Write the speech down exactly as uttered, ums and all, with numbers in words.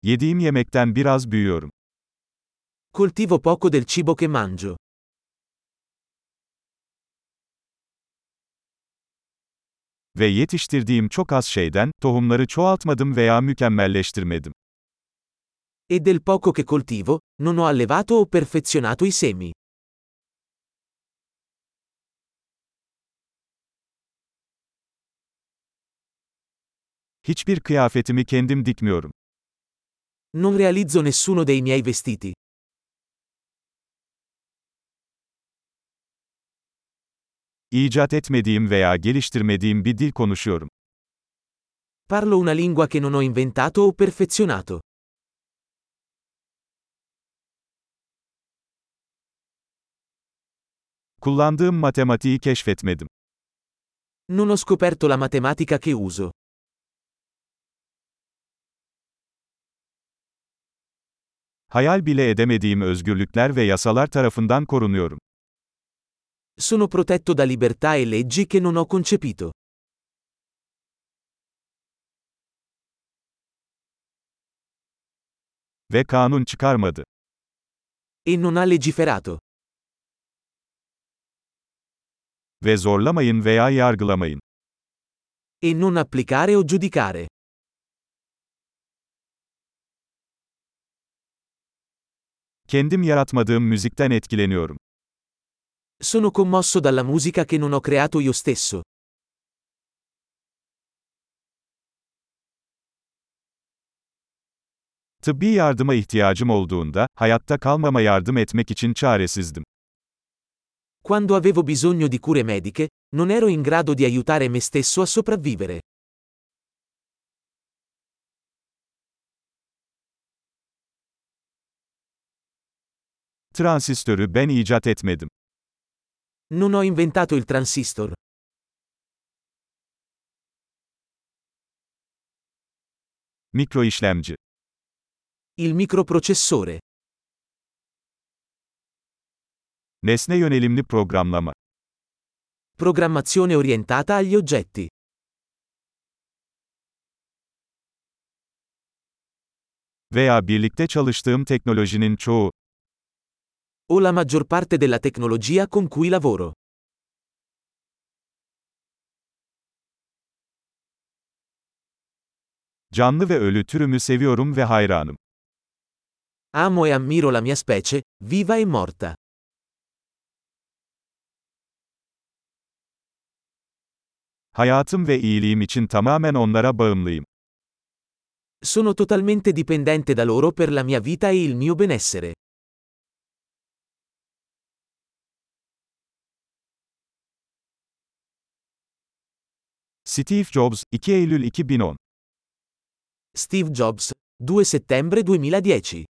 Yediğim yemekten biraz büyüyorum. Coltivo poco del cibo che mangio. Ve yetiştirdiğim çok az şeyden, tohumları çoğaltmadım veya mükemmelleştirmedim. E del poco che coltivo, non ho allevato o perfezionato i semi. Hiçbir kıyafetimi kendim dikmiyorum. Non realizzo nessuno dei miei vestiti. İcat etmediğim veya geliştirmediğim bir dil konuşuyorum. Parlo una lingua che non ho inventato o perfezionato. Kullandığım matematiği keşfetmedim. Non ho scoperto la matematica che uso. Hayal bile edemediğim özgürlükler ve yasalar tarafından korunuyorum. Sono protetto da libertà e leggi che non ho concepito. Ve kanun çıkarmadı. E non ha legiferato. Ve zorlamayın veya yargılamayın. E non applicare o giudicare. Kendim yaratmadığım müzikten etkileniyorum. Sono commosso dalla musica che non ho creato io stesso. Tıbbi yardıma ihtiyacım olduğunda, hayatta kalmama yardım etmek için çaresizdim. Quando avevo bisogno di cure mediche, non ero in grado di aiutare me stesso a sopravvivere. Transistörü ben icat etmedim. Non ho inventato il transistor. Mikroişlemci. Il microprocessore. Nesne yönelimli programlama. Programmazione orientata agli oggetti. Veya birlikte çalıştığım teknolojinin çoğu. O la maggior parte della tecnologia con cui lavoro. Canlı ve ölü türümü seviyorum ve hayranım. Amo e ammiro la mia specie, viva e morta. Hayatım ve iyiliğim için tamamen onlara bağımlıyım. Sono totalmente dipendente da loro per la mia vita e il mio benessere. Steve Jobs, iki Eylül iki bin on. Steve Jobs, due settembre duemiladieci.